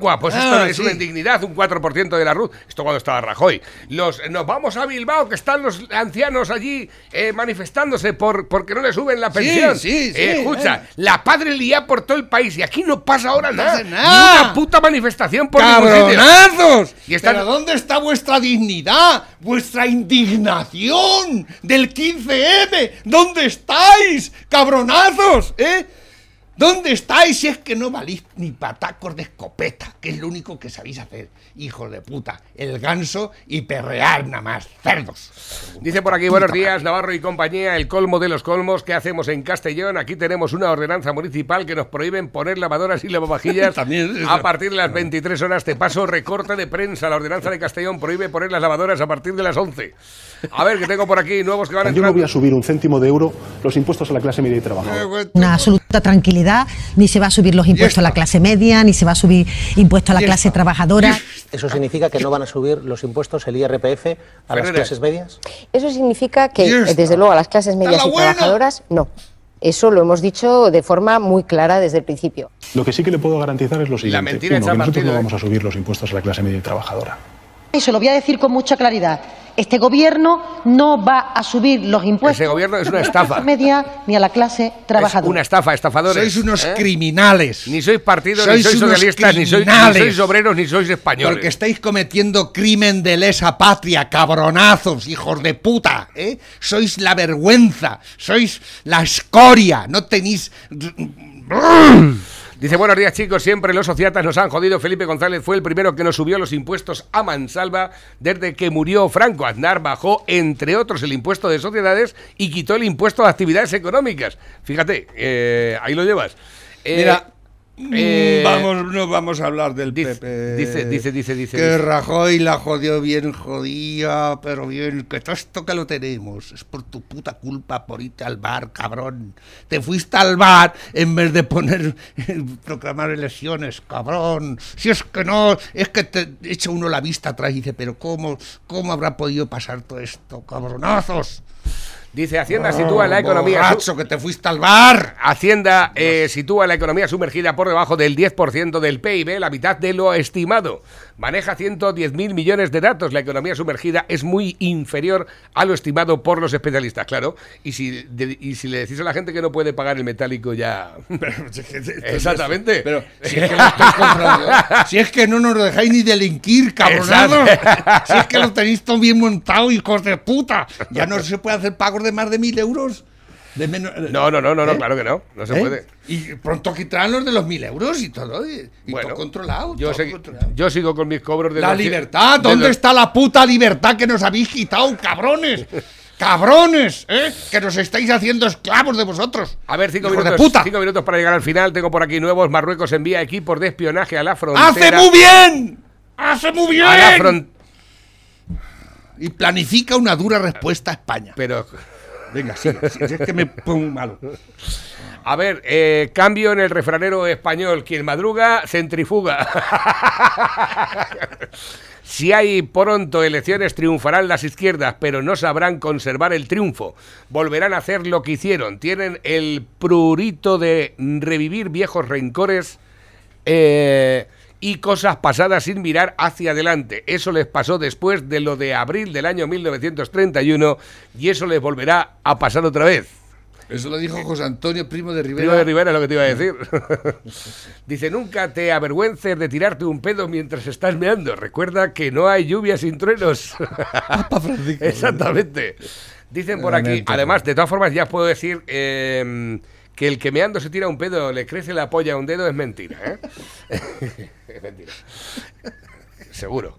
Guipúzcoa, pues esto es una indignidad, un 4% de la RUT. Esto cuando estaba Rajoy. Nos vamos a Bilbao, que están los ancianos allí manifestándose porque no le suben la pensión. Escucha, la padre lía por todo el país y aquí no pasa ahora nada. Ni una puta manifestación por ningún sitio. ¡Cabronazos! ¿Pero dónde está vuestra dignidad? ¡Vuestra indignación del 15M! ¿Dónde estáis, cabronazos? ¿Dónde estáis si es que no valís ni patacos de escopeta, que es lo único que sabéis hacer, hijos de puta? El ganso y perrear nada más, cerdos. Dice por aquí, buenos días, Navarro y compañía, el colmo de los colmos, ¿qué hacemos en Castellón? Aquí tenemos una ordenanza municipal que nos prohíben poner lavadoras y lavavajillas a partir de las 23 horas. Te paso recorte de prensa, la ordenanza de Castellón prohíbe poner las lavadoras a partir de las 11. A ver, que tengo por aquí nuevos que van a entrar. Yo no voy a subir un céntimo de euro los impuestos a la clase media y trabajadora. Una absoluta tranquilidad. Ni se va a subir los impuestos a la clase media, ni se va a subir impuestos a la clase trabajadora. ¿Eso significa que no van a subir los impuestos, el IRPF, a las clases medias? Eso significa que, desde luego, a las clases medias y trabajadoras, no. Eso lo hemos dicho de forma muy clara desde el principio. Lo que sí que le puedo garantizar es lo siguiente. La mentira Uno, que nosotros no vamos a subir los impuestos a la clase media y trabajadora. Y se lo voy a decir con mucha claridad. Este gobierno no va a subir los impuestos. Ese gobierno es una estafa. A la clase media ni a la clase trabajadora. Es una estafa, estafadores. Sois unos criminales. Ni sois partidos, ni sois socialistas, ni sois obreros, ni sois españoles. Porque estáis cometiendo crimen de lesa patria, cabronazos, hijos de puta. Sois la vergüenza, sois la escoria, no tenéis... Dice, buenos días chicos, siempre los sociatas nos han jodido. Felipe González fue el primero que nos subió los impuestos a mansalva desde que murió Franco. Aznar bajó, entre otros, el impuesto de sociedades y quitó el impuesto de actividades económicas. Fíjate, ahí lo llevas. Mira, no vamos a hablar del PP. Dice. Que Rajoy la jodió bien jodida, pero bien, que todo esto que lo tenemos es por tu puta culpa, por irte al bar, cabrón. Te fuiste al bar en vez de proclamar elecciones, cabrón. Si es que no, es que te echa uno la vista atrás y dice, pero ¿cómo habrá podido pasar todo esto, cabronazos? Dice, Hacienda sitúa la economía... ¡Borracho, que te fuiste al bar! Hacienda sitúa la economía sumergida por debajo del 10% del PIB, la mitad de lo estimado. Maneja 110.000 millones de datos. La economía sumergida es muy inferior a lo estimado por los especialistas, claro. Y si le decís a la gente que no puede pagar el metálico ya... Exactamente. Pero si es que lo estáis comprando. Si es que no nos dejáis ni delinquir, cabronados. Si es que lo tenéis todo bien montado, hijos de puta. Ya no se puede hacer pagos de más de 1.000 euros. De menos, no, claro que no se puede. Y pronto quitarán los de los 1.000 euros y todo, y bueno, todo controlado. Yo sigo con mis cobros de la libertad. ¿Dónde está la puta libertad que nos habéis quitado, cabrones? ¡Cabrones! Que nos estáis haciendo esclavos de vosotros. A ver, 5 minutos para llegar al final. Tengo por aquí nuevos. Marruecos envía equipos de espionaje a la frontera. ¡Hace muy bien! ¡Hace muy bien! A la frontera. Y planifica una dura respuesta a España. Pero... Venga, sí, es que me pongo malo. A ver, cambio en el refranero español. Quien madruga, centrifuga. Si hay pronto elecciones, triunfarán las izquierdas, pero no sabrán conservar el triunfo. Volverán a hacer lo que hicieron. Tienen el prurito de revivir viejos rencores y cosas pasadas sin mirar hacia adelante. Eso les pasó después de lo de abril del año 1931 y eso les volverá a pasar otra vez. Eso lo dijo José Antonio Primo de Rivera. Primo de Rivera es lo que te iba a decir. Dice, nunca te avergüences de tirarte un pedo mientras estás meando. Recuerda que no hay lluvia sin truenos. Papa Francisco. Exactamente. Dicen por aquí, además, de todas formas, ya puedo decir... que el que meando se tira un pedo, le crece la polla a un dedo, es mentira, Es mentira. Seguro.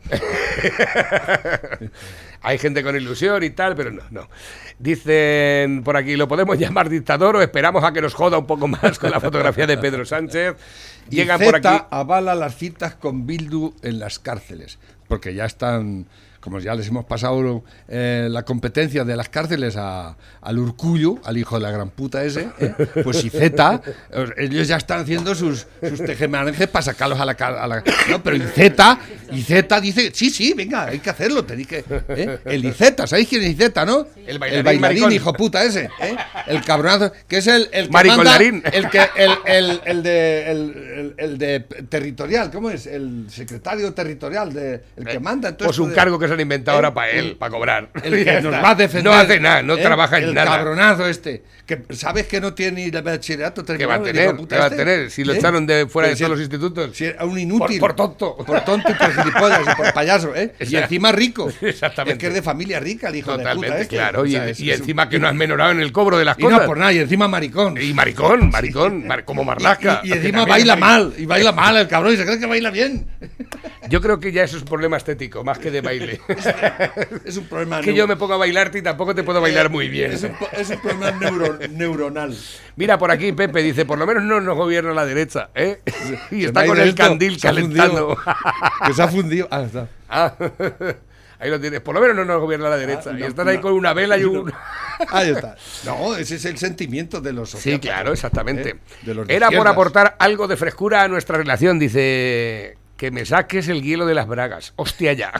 Hay gente con ilusión y tal, pero no. Dicen por aquí, ¿lo podemos llamar dictador o esperamos a que nos joda un poco más con la fotografía de Pedro Sánchez? Llegan por aquí. Avala las citas con Bildu en las cárceles, porque ya están como ya les hemos pasado la competencia de las cárceles al Urcullu, al hijo de la gran puta ese, pues Iceta, ellos ya están haciendo sus tejemanejes para sacarlos a la no, pero Iceta dice, sí, venga, hay que hacerlo, tenéis que, el Iceta, ¿sabéis quién es Iceta, no? El bailarín hijo puta ese, el cabronazo, que es el que Maricollarín. el de territorial, ¿cómo es? El secretario territorial, el que manda. Pues un cargo que se han inventado ahora para él, para cobrar. El que nos va a defender. No hace nada, no trabaja en nada. El cabronazo que sabes que no tiene ni bachillerato. ¿Qué va a tener? ¿Qué va a tener? Si lo echaron de fuera de todos los institutos. Si era un inútil. Por tonto. Por tonto y por gilipollas y por payaso, Y encima rico. Exactamente. Es que es de familia rica el hijo totalmente, de puta claro. O sea, y encima que no has menorado en el cobro de las cosas. Y no por nada, y encima maricón. Y maricón, como Marlaska. Y encima baila mal, el cabrón, y se cree que baila bien. Yo creo que ya eso es un problema estético, más que de baile. Es un problema que yo me pongo a bailarte y tampoco te puedo bailar muy bien. Es un problema neuronal. Mira, por aquí Pepe dice, por lo menos no nos gobierna la derecha, y está con el candil calentando. Que se ha fundido. Está. Ahí lo tienes. Por lo menos no nos gobierna la derecha. Y están ahí con una vela y un... Ahí está. No, ese es el sentimiento de los sociólogos. Sí, claro, exactamente. De Era por aportar algo de frescura a nuestra relación, dice... Que me saques el hielo de las bragas. Hostia ya.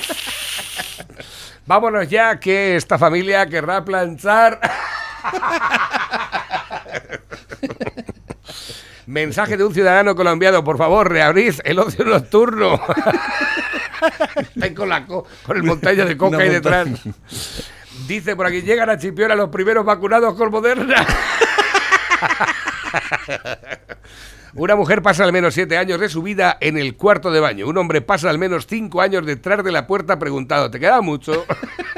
Vámonos ya, que esta familia querrá planchar. Mensaje de un ciudadano colombiano, por favor, reabrid el ocio nocturno. Está ahí con el montaña de coca ahí detrás. Dice por aquí, llegan a Chipiona los primeros vacunados con Moderna. Una mujer pasa al menos 7 años de su vida en el cuarto de baño. Un hombre pasa al menos 5 años detrás de la puerta preguntado, ¿te queda mucho?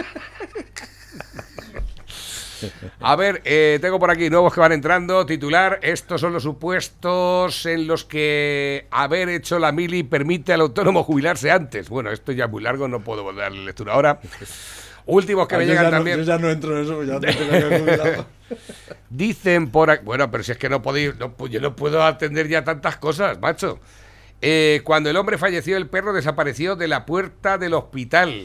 A ver, tengo por aquí nuevos que van entrando. Titular, estos son los supuestos en los que haber hecho la mili permite al autónomo jubilarse antes. Bueno, esto ya es muy largo, no puedo darle lectura ahora. Últimos que me llegan también. Yo ya no entro en eso, ya te tengo que jubilar. Dicen por aquí, bueno, pero si es que no podéis, yo no puedo atender ya tantas cosas, macho. Cuando el hombre falleció, el perro desapareció de la puerta del hospital.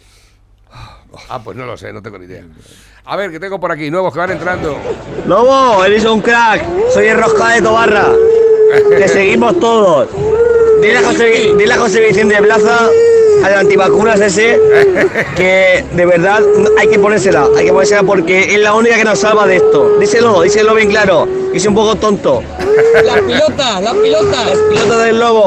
Pues no lo sé, no tengo ni idea. A ver, que tengo por aquí nuevos que van entrando. Lobo, eres un crack. Soy el Rosca de Tobarra. Te seguimos todos. Dile a José Vicente de Plaza, al antivacunas ese, que de verdad hay que ponérsela porque es la única que nos salva de esto. Díselo bien claro, que es un poco tonto. Las pilotas del Lobo.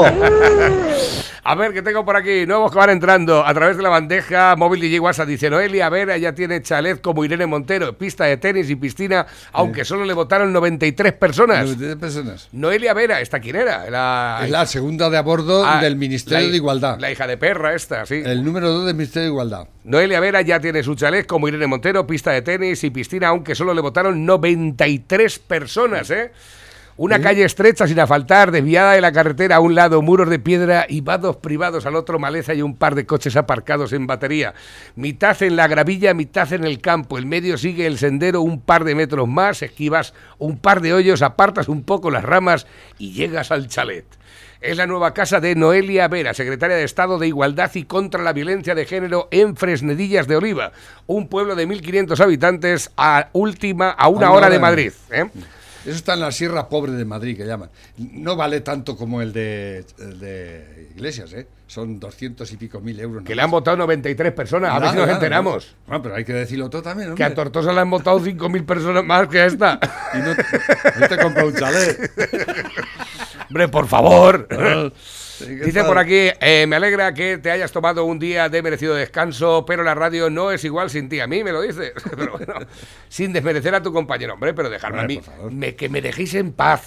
A ver, que tengo por aquí nuevos que van entrando a través de la bandeja móvil DJ WhatsApp. Dice Noelia Vera ya tiene chalet como Irene Montero, pista de tenis y piscina, aunque solo le votaron 93 personas. 93 personas. Noelia Vera, ¿esta quién era? Es la segunda de a bordo del Ministerio de Igualdad. La hija de perra esta, sí. El número 2 del Ministerio de Igualdad. Noelia Vera ya tiene su chalet como Irene Montero, pista de tenis y piscina, aunque solo le votaron 93 personas, Una calle estrecha sin asfaltar, desviada de la carretera a un lado, muros de piedra y vados privados al otro, maleza y un par de coches aparcados en batería. Mitad en la gravilla, mitad en el campo. El medio sigue el sendero un par de metros más, esquivas un par de hoyos, apartas un poco las ramas y llegas al chalet. Es la nueva casa de Noelia Vera, secretaria de Estado de Igualdad y contra la Violencia de Género en Fresnedillas de Oliva, un pueblo de 1.500 habitantes a una hora de Madrid. Eso está en la Sierra Pobre de Madrid, que llaman. No vale tanto como el de Iglesias, Son 200 y pico mil euros. Que le han votado 93 personas, a ver si nos enteramos. Bueno, pero hay que decirlo todo también, hombre. Que a Tortosa le han votado 5.000 personas más que a esta. Y no te compra un chalet. Hombre, por favor. Dice por aquí, me alegra que te hayas tomado un día de merecido descanso, pero la radio no es igual sin ti. A mí me lo dices, pero bueno, sin desmerecer a tu compañero, hombre, pero dejarme a mí, que me dejéis en paz.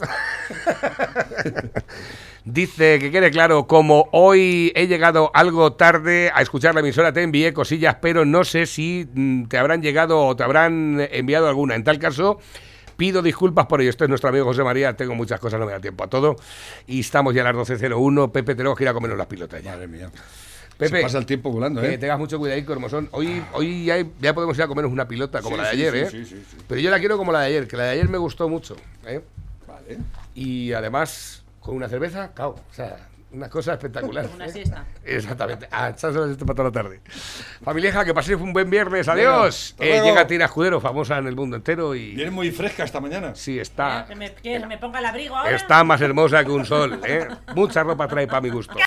Dice que quede claro, como hoy he llegado algo tarde a escuchar la emisora, te envié cosillas, pero no sé si te habrán llegado o te habrán enviado alguna. En tal caso, pido disculpas por ello. Esto es nuestro amigo José María. Tengo muchas cosas, no me da tiempo a todo. Y estamos ya a las 12:01. Pepe, tenemos que ir a comernos las pilotas ya. Madre mía. Pepe, se pasa el tiempo volando, que tengas mucho cuidadito, hermosón. Hoy ya podemos ir a comernos una pilota como la de ayer, Sí. Pero yo la quiero como la de ayer, que la de ayer me gustó mucho, Vale. Y además, con una cerveza, cao. O sea, Una cosa espectacular. Una siesta. Exactamente. A echarse la siesta para toda la tarde. Familia, que paséis un buen viernes. Adiós. Bueno, Llega Tina Escudero, famosa en el mundo entero. Y viene muy fresca esta mañana. Sí, está. Que me ponga el abrigo ahora. Está más hermosa que un sol. Mucha ropa trae para mi gusto.